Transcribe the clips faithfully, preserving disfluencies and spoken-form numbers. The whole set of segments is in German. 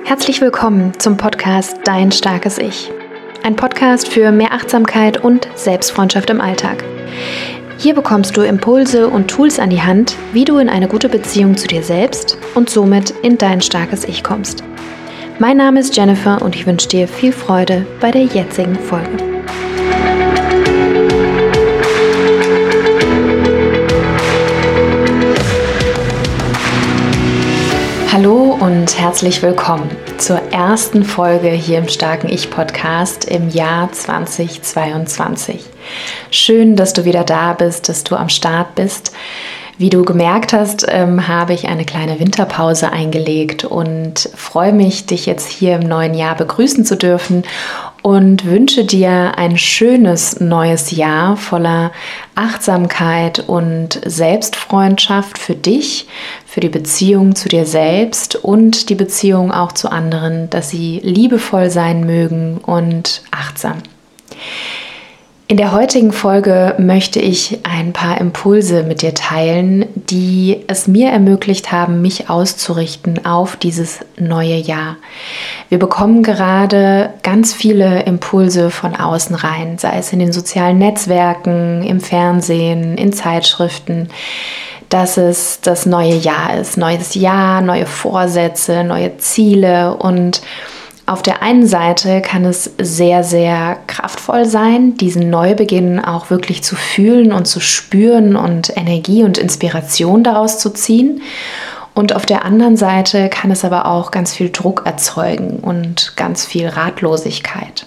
Herzlich willkommen zum Podcast Dein starkes Ich. Ein Podcast für mehr Achtsamkeit und Selbstfreundschaft im Alltag. Hier bekommst du Impulse und Tools an die Hand, wie du in eine gute Beziehung zu dir selbst und somit in dein starkes Ich kommst. Mein Name ist Jennifer und ich wünsche dir viel Freude bei der jetzigen Folge. Hallo und herzlich willkommen zur ersten Folge hier im Starken Ich-Podcast im Jahr zweitausendzweiundzwanzig. Schön, dass du wieder da bist, dass du am Start bist. Wie du gemerkt hast, ähm, habe ich eine kleine Winterpause eingelegt und freue mich, dich jetzt hier im neuen Jahr begrüßen zu dürfen und wünsche dir ein schönes neues Jahr voller Achtsamkeit und Selbstfreundschaft für dich, für die Beziehung zu dir selbst und die Beziehung auch zu anderen, dass sie liebevoll sein mögen und achtsam. In der heutigen Folge möchte ich ein paar Impulse mit dir teilen, die es mir ermöglicht haben, mich auszurichten auf dieses neue Jahr. Wir bekommen gerade ganz viele Impulse von außen rein, sei es in den sozialen Netzwerken, im Fernsehen, in Zeitschriften, dass es das neue Jahr ist. Neues Jahr, neue Vorsätze, neue Ziele und auf der einen Seite kann es sehr, sehr kraftvoll sein, diesen Neubeginn auch wirklich zu fühlen und zu spüren und Energie und Inspiration daraus zu ziehen. Und auf der anderen Seite kann es aber auch ganz viel Druck erzeugen und ganz viel Ratlosigkeit.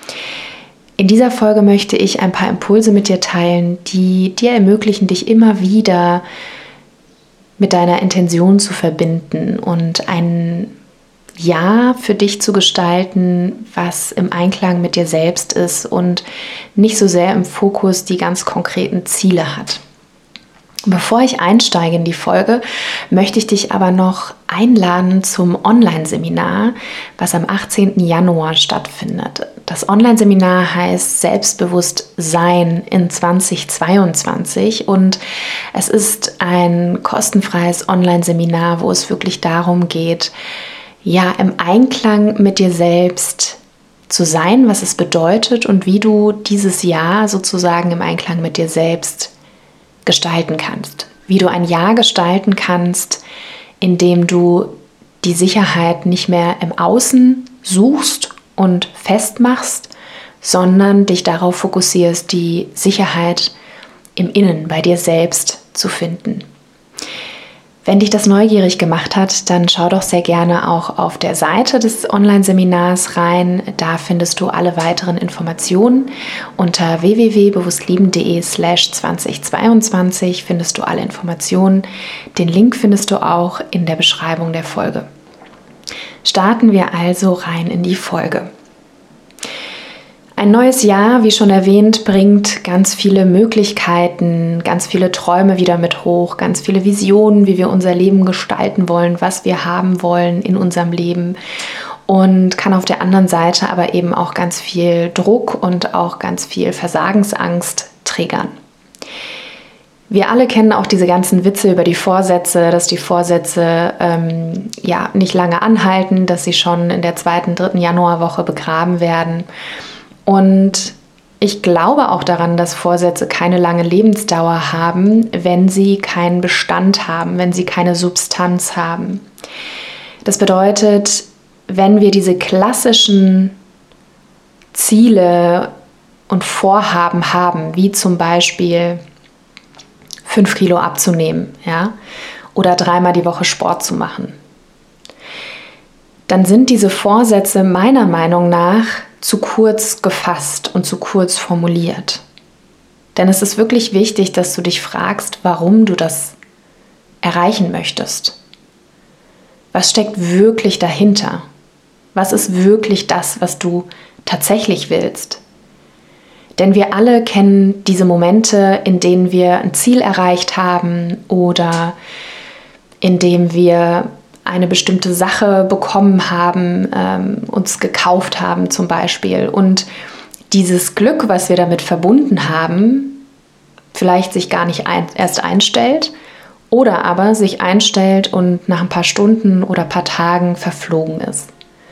In dieser Folge möchte ich ein paar Impulse mit dir teilen, die dir ermöglichen, dich immer wieder mit deiner Intention zu verbinden und einen Ja für dich zu gestalten, was im Einklang mit dir selbst ist und nicht so sehr im Fokus die ganz konkreten Ziele hat. Bevor ich einsteige in die Folge, möchte ich dich aber noch einladen zum Online-Seminar, was am achtzehnten Januar stattfindet. Das Online-Seminar heißt Selbstbewusst Sein in zweitausendzweiundzwanzig und es ist ein kostenfreies Online-Seminar, wo es wirklich darum geht, ja, im Einklang mit dir selbst zu sein, was es bedeutet und wie du dieses Jahr sozusagen im Einklang mit dir selbst gestalten kannst. Wie du ein Jahr gestalten kannst, in dem du die Sicherheit nicht mehr im Außen suchst und festmachst, sondern dich darauf fokussierst, die Sicherheit im Innen, bei dir selbst zu finden. Wenn dich das neugierig gemacht hat, dann schau doch sehr gerne auch auf der Seite des Online-Seminars rein. Da findest du alle weiteren Informationen. Unter w w w punkt bewusstlieben punkt de slash zweitausendzweiundzwanzig findest du alle Informationen. Den Link findest du auch in der Beschreibung der Folge. Starten wir also rein in die Folge. Ein neues Jahr, wie schon erwähnt, bringt ganz viele Möglichkeiten, ganz viele Träume wieder mit hoch, ganz viele Visionen, wie wir unser Leben gestalten wollen, was wir haben wollen in unserem Leben und kann auf der anderen Seite aber eben auch ganz viel Druck und auch ganz viel Versagensangst triggern. Wir alle kennen auch diese ganzen Witze über die Vorsätze, dass die Vorsätze ähm, ja nicht lange anhalten, dass sie schon in der zweiten, dritten Januarwoche begraben werden. Und ich glaube auch daran, dass Vorsätze keine lange Lebensdauer haben, wenn sie keinen Bestand haben, wenn sie keine Substanz haben. Das bedeutet, wenn wir diese klassischen Ziele und Vorhaben haben, wie zum Beispiel fünf Kilo abzunehmen, ja, oder dreimal die Woche Sport zu machen, dann sind diese Vorsätze meiner Meinung nach zu kurz gefasst und zu kurz formuliert. Denn es ist wirklich wichtig, dass du dich fragst, warum du das erreichen möchtest. Was steckt wirklich dahinter? Was ist wirklich das, was du tatsächlich willst? Denn wir alle kennen diese Momente, in denen wir ein Ziel erreicht haben oder in dem wir eine bestimmte Sache bekommen haben, ähm, uns gekauft haben zum Beispiel. Und dieses Glück, was wir damit verbunden haben, vielleicht sich gar nicht ein, erst einstellt oder aber sich einstellt und nach ein paar Stunden oder ein paar Tagen verflogen ist.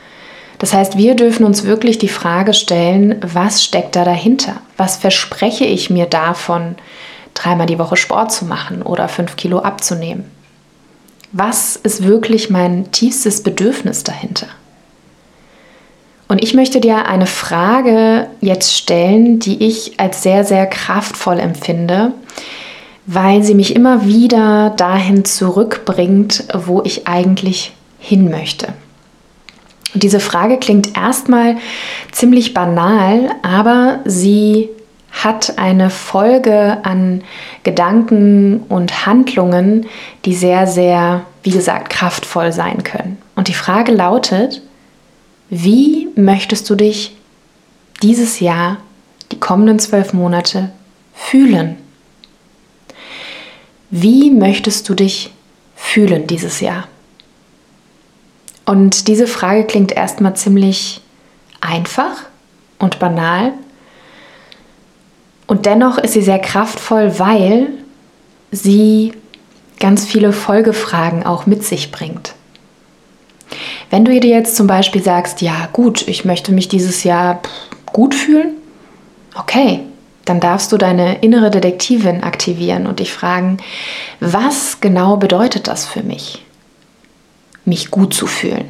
Das heißt, wir dürfen uns wirklich die Frage stellen, was steckt da dahinter? Was verspreche ich mir davon, dreimal die Woche Sport zu machen oder fünf Kilo abzunehmen? Was ist wirklich mein tiefstes Bedürfnis dahinter? Und ich möchte dir eine Frage jetzt stellen, die ich als sehr, sehr kraftvoll empfinde, weil sie mich immer wieder dahin zurückbringt, wo ich eigentlich hin möchte. Und diese Frage klingt erstmal ziemlich banal, aber sie hat eine Folge an Gedanken und Handlungen, die sehr, sehr, wie gesagt, kraftvoll sein können. Und die Frage lautet: Wie möchtest du dich dieses Jahr, die kommenden zwölf Monate, fühlen? Wie möchtest du dich fühlen dieses Jahr? Und diese Frage klingt erstmal ziemlich einfach und banal. Und dennoch ist sie sehr kraftvoll, weil sie ganz viele Folgefragen auch mit sich bringt. Wenn du dir jetzt zum Beispiel sagst, ja gut, ich möchte mich dieses Jahr gut fühlen, okay, dann darfst du deine innere Detektivin aktivieren und dich fragen, was genau bedeutet das für mich, mich gut zu fühlen?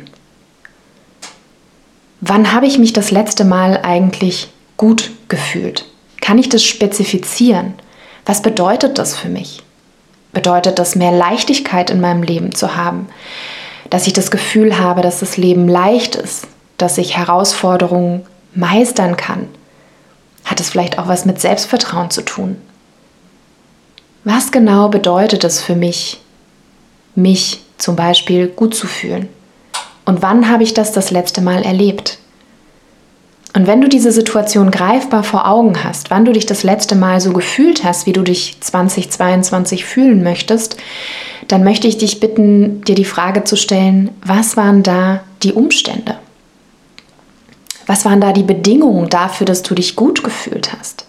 Wann habe ich mich das letzte Mal eigentlich gut gefühlt? Kann ich das spezifizieren? Was bedeutet das für mich? Bedeutet das, mehr Leichtigkeit in meinem Leben zu haben? Dass ich das Gefühl habe, dass das Leben leicht ist, dass ich Herausforderungen meistern kann? Hat es vielleicht auch was mit Selbstvertrauen zu tun? Was genau bedeutet es für mich, mich zum Beispiel gut zu fühlen? Und wann habe ich das das letzte Mal erlebt? Und wenn du diese Situation greifbar vor Augen hast, wann du dich das letzte Mal so gefühlt hast, wie du dich zweitausendzweiundzwanzig fühlen möchtest, dann möchte ich dich bitten, dir die Frage zu stellen, was waren da die Umstände? Was waren da die Bedingungen dafür, dass du dich gut gefühlt hast?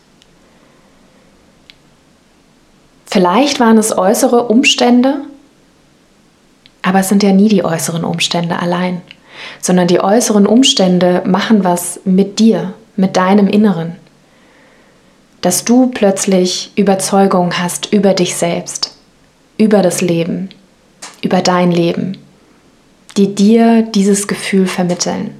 Vielleicht waren es äußere Umstände, aber es sind ja nie die äußeren Umstände allein, sondern die äußeren Umstände machen was mit dir, mit deinem Inneren. Dass du plötzlich Überzeugungen hast über dich selbst, über das Leben, über dein Leben, die dir dieses Gefühl vermitteln.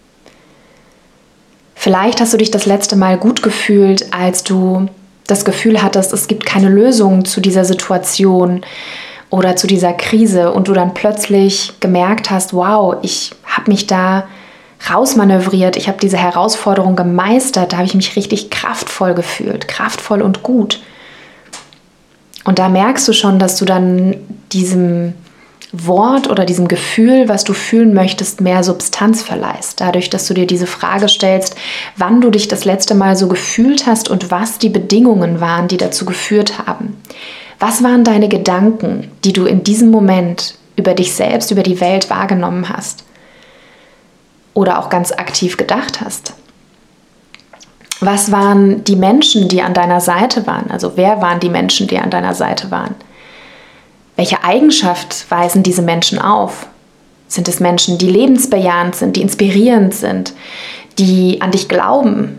Vielleicht hast du dich das letzte Mal gut gefühlt, als du das Gefühl hattest, es gibt keine Lösung zu dieser Situation oder zu dieser Krise und du dann plötzlich gemerkt hast, wow, ich habe mich da rausmanövriert, ich habe diese Herausforderung gemeistert, da habe ich mich richtig kraftvoll gefühlt, kraftvoll und gut. Und da merkst du schon, dass du dann diesem Wort oder diesem Gefühl, was du fühlen möchtest, mehr Substanz verleihst. Dadurch, dass du dir diese Frage stellst, wann du dich das letzte Mal so gefühlt hast und was die Bedingungen waren, die dazu geführt haben. Was waren deine Gedanken, die du in diesem Moment über dich selbst, über die Welt wahrgenommen hast? Oder auch ganz aktiv gedacht hast? Was waren die Menschen, die an deiner Seite waren? Also wer waren die Menschen, die an deiner Seite waren? Welche Eigenschaft weisen diese Menschen auf? Sind es Menschen, die lebensbejahend sind, die inspirierend sind, die an dich glauben?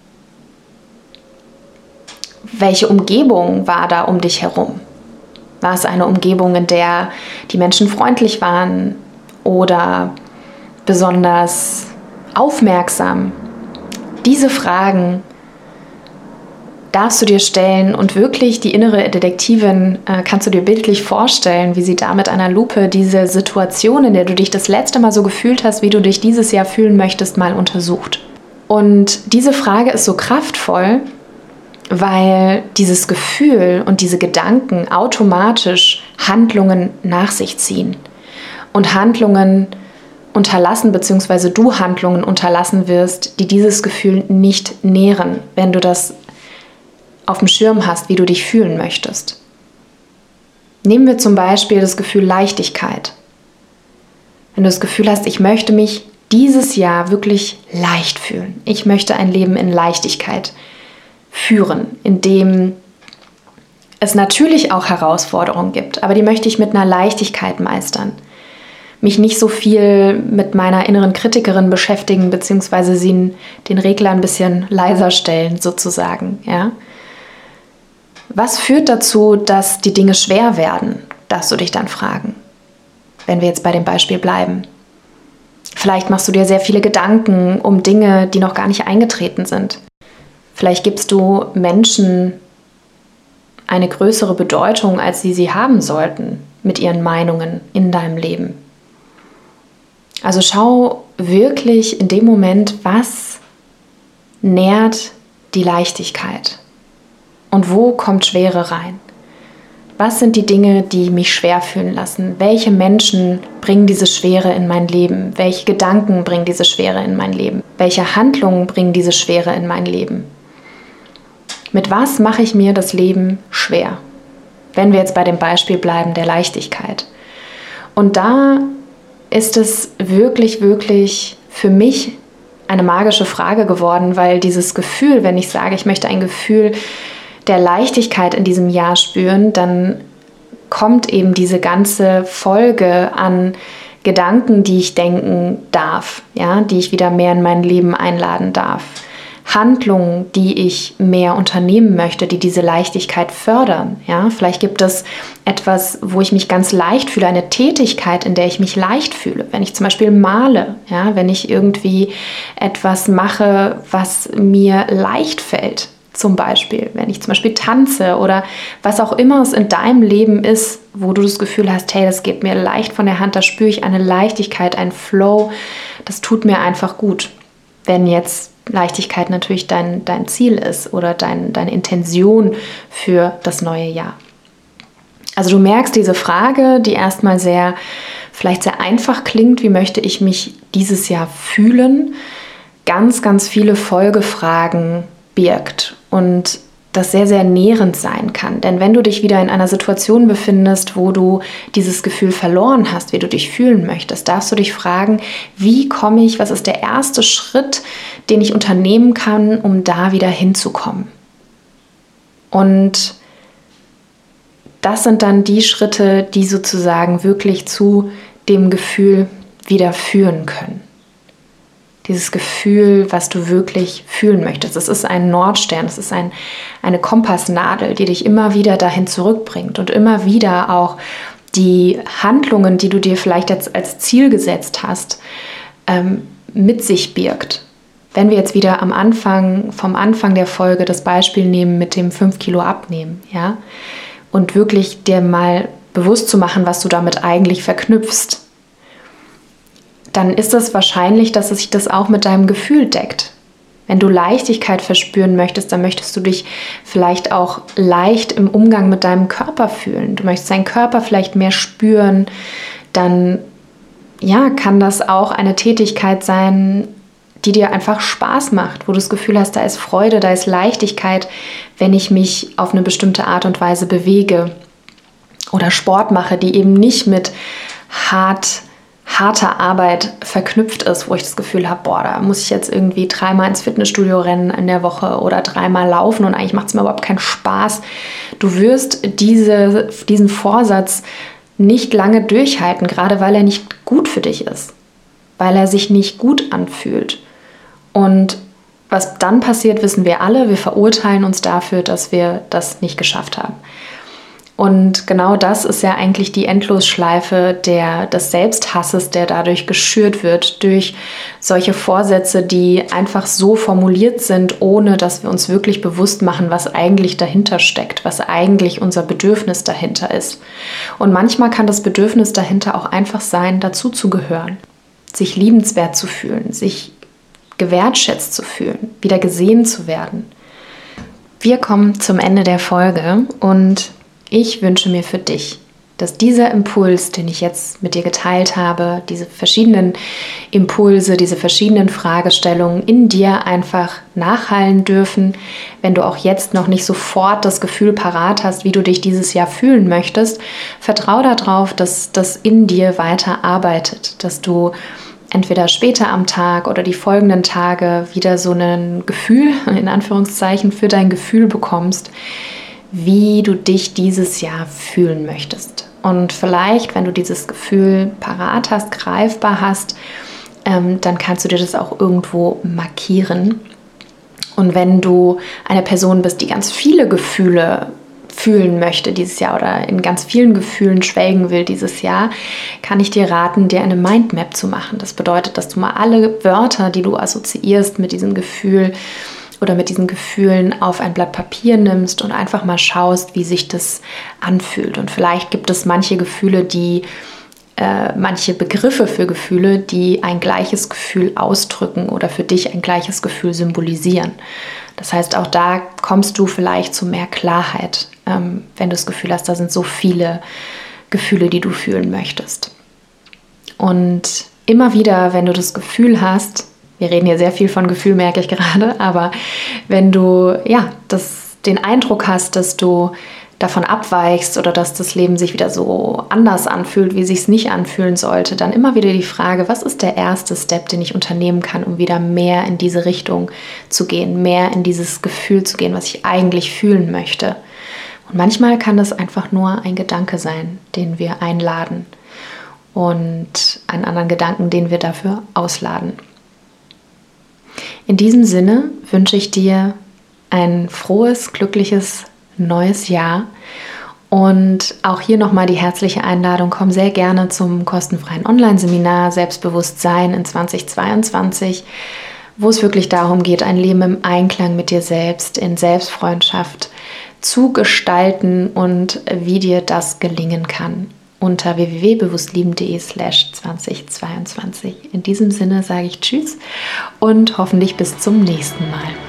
Welche Umgebung war da um dich herum? War es eine Umgebung, in der die Menschen freundlich waren oder besonders aufmerksam? Diese Fragen darfst du dir stellen und wirklich die innere Detektivin äh, kannst du dir bildlich vorstellen, wie sie da mit einer Lupe diese Situation, in der du dich das letzte Mal so gefühlt hast, wie du dich dieses Jahr fühlen möchtest, mal untersucht. Und diese Frage ist so kraftvoll, weil dieses Gefühl und diese Gedanken automatisch Handlungen nach sich ziehen und Handlungen unterlassen, beziehungsweise du Handlungen unterlassen wirst, die dieses Gefühl nicht nähren, wenn du das auf dem Schirm hast, wie du dich fühlen möchtest. Nehmen wir zum Beispiel das Gefühl Leichtigkeit. Wenn du das Gefühl hast, ich möchte mich dieses Jahr wirklich leicht fühlen. Ich möchte ein Leben in Leichtigkeit führen, in dem es natürlich auch Herausforderungen gibt, aber die möchte ich mit einer Leichtigkeit meistern. mich nicht so viel mit meiner inneren Kritikerin beschäftigen, beziehungsweise sie den Regler ein bisschen leiser stellen, sozusagen. Ja? Was führt dazu, dass die Dinge schwer werden, darfst du dich dann fragen, wenn wir jetzt bei dem Beispiel bleiben. Vielleicht machst du dir sehr viele Gedanken um Dinge, die noch gar nicht eingetreten sind. Vielleicht gibst du Menschen eine größere Bedeutung, als sie sie haben sollten, mit ihren Meinungen in deinem Leben. Also schau wirklich in dem Moment, was nährt die Leichtigkeit und wo kommt Schwere rein. Was sind die Dinge, die mich schwer fühlen lassen? Welche Menschen bringen diese Schwere in mein Leben? Welche Gedanken bringen diese Schwere in mein Leben? Welche Handlungen bringen diese Schwere in mein Leben? Mit was mache ich mir das Leben schwer? Wenn wir jetzt bei dem Beispiel bleiben der Leichtigkeit. Und da ist es wirklich, wirklich für mich eine magische Frage geworden, weil dieses Gefühl, wenn ich sage, ich möchte ein Gefühl der Leichtigkeit in diesem Jahr spüren, dann kommt eben diese ganze Folge an Gedanken, die ich denken darf, ja, die ich wieder mehr in mein Leben einladen darf. Handlungen, die ich mehr unternehmen möchte, die diese Leichtigkeit fördern. Ja? Vielleicht gibt es etwas, wo ich mich ganz leicht fühle, eine Tätigkeit, in der ich mich leicht fühle. Wenn ich zum Beispiel male, ja? Wenn ich irgendwie etwas mache, was mir leicht fällt, zum Beispiel, wenn ich zum Beispiel tanze oder was auch immer es in deinem Leben ist, wo du das Gefühl hast, hey, das geht mir leicht von der Hand, da spüre ich eine Leichtigkeit, einen Flow, das tut mir einfach gut. Wenn jetzt Leichtigkeit natürlich dein, dein Ziel ist oder dein, deine Intention für das neue Jahr. Also du merkst diese Frage, die erstmal sehr, vielleicht sehr einfach klingt, wie möchte ich mich dieses Jahr fühlen, ganz, ganz viele Folgefragen birgt und das sehr, sehr nährend sein kann. Denn wenn du dich wieder in einer Situation befindest, wo du dieses Gefühl verloren hast, wie du dich fühlen möchtest, darfst du dich fragen, wie komme ich, was ist der erste Schritt, den ich unternehmen kann, um da wieder hinzukommen? Und das sind dann die Schritte, die sozusagen wirklich zu dem Gefühl wieder führen können. Dieses Gefühl, was du wirklich fühlen möchtest. Es ist ein Nordstern, es ist ein, eine Kompassnadel, die dich immer wieder dahin zurückbringt und immer wieder auch die Handlungen, die du dir vielleicht jetzt als Ziel gesetzt hast, ähm, mit sich birgt. Wenn wir jetzt wieder am Anfang, vom Anfang der Folge das Beispiel nehmen mit dem fünf Kilo abnehmen, ja, und wirklich dir mal bewusst zu machen, was du damit eigentlich verknüpfst, dann ist es wahrscheinlich, dass sich das auch mit deinem Gefühl deckt. Wenn du Leichtigkeit verspüren möchtest, dann möchtest du dich vielleicht auch leicht im Umgang mit deinem Körper fühlen. Du möchtest deinen Körper vielleicht mehr spüren. Dann ja, kann das auch eine Tätigkeit sein, die dir einfach Spaß macht, wo du das Gefühl hast, da ist Freude, da ist Leichtigkeit, wenn ich mich auf eine bestimmte Art und Weise bewege oder Sport mache, die eben nicht mit hart harter Arbeit verknüpft ist, wo ich das Gefühl habe, boah, da muss ich jetzt irgendwie dreimal ins Fitnessstudio rennen in der Woche oder dreimal laufen und eigentlich macht es mir überhaupt keinen Spaß. Du wirst diese, diesen Vorsatz nicht lange durchhalten, gerade weil er nicht gut für dich ist, weil er sich nicht gut anfühlt. Und was dann passiert, wissen wir alle, wir verurteilen uns dafür, dass wir das nicht geschafft haben. Und genau das ist ja eigentlich die Endlosschleife der, des Selbsthasses, der dadurch geschürt wird, durch solche Vorsätze, die einfach so formuliert sind, ohne dass wir uns wirklich bewusst machen, was eigentlich dahinter steckt, was eigentlich unser Bedürfnis dahinter ist. Und manchmal kann das Bedürfnis dahinter auch einfach sein, dazuzugehören, sich liebenswert zu fühlen, sich gewertschätzt zu fühlen, wieder gesehen zu werden. Wir kommen zum Ende der Folge und ich wünsche mir für dich, dass dieser Impuls, den ich jetzt mit dir geteilt habe, diese verschiedenen Impulse, diese verschiedenen Fragestellungen in dir einfach nachhallen dürfen. Wenn du auch jetzt noch nicht sofort das Gefühl parat hast, wie du dich dieses Jahr fühlen möchtest, vertrau darauf, dass das in dir weiter arbeitet, dass du entweder später am Tag oder die folgenden Tage wieder so ein Gefühl, in Anführungszeichen, für dein Gefühl bekommst, wie du dich dieses Jahr fühlen möchtest. Und vielleicht, wenn du dieses Gefühl parat hast, greifbar hast, ähm, dann kannst du dir das auch irgendwo markieren. Und wenn du eine Person bist, die ganz viele Gefühle fühlen möchte dieses Jahr oder in ganz vielen Gefühlen schwelgen will dieses Jahr, kann ich dir raten, dir eine Mindmap zu machen. Das bedeutet, dass du mal alle Wörter, die du assoziierst mit diesem Gefühl oder mit diesen Gefühlen, auf ein Blatt Papier nimmst und einfach mal schaust, wie sich das anfühlt. Und vielleicht gibt es manche Gefühle, die äh, manche Begriffe für Gefühle, die ein gleiches Gefühl ausdrücken oder für dich ein gleiches Gefühl symbolisieren. Das heißt, auch da kommst du vielleicht zu mehr Klarheit, ähm, wenn du das Gefühl hast, da sind so viele Gefühle, die du fühlen möchtest. Und immer wieder, wenn du das Gefühl hast, wir reden hier sehr viel von Gefühl, merke ich gerade, aber wenn du ja, das, den Eindruck hast, dass du davon abweichst oder dass das Leben sich wieder so anders anfühlt, wie es sich nicht anfühlen sollte, dann immer wieder die Frage, was ist der erste Step, den ich unternehmen kann, um wieder mehr in diese Richtung zu gehen, mehr in dieses Gefühl zu gehen, was ich eigentlich fühlen möchte. Und manchmal kann das einfach nur ein Gedanke sein, den wir einladen und einen anderen Gedanken, den wir dafür ausladen. In diesem Sinne wünsche ich dir ein frohes, glückliches neues Jahr und auch hier nochmal die herzliche Einladung, komm sehr gerne zum kostenfreien Online-Seminar Selbstbewusstsein in zweitausendzweiundzwanzig, wo es wirklich darum geht, ein Leben im Einklang mit dir selbst, in Selbstfreundschaft zu gestalten und wie dir das gelingen kann. Unter w w w punkt bewusstlieben punkt de slash zweitausendzweiundzwanzig. In diesem Sinne sage ich Tschüss und hoffentlich bis zum nächsten Mal.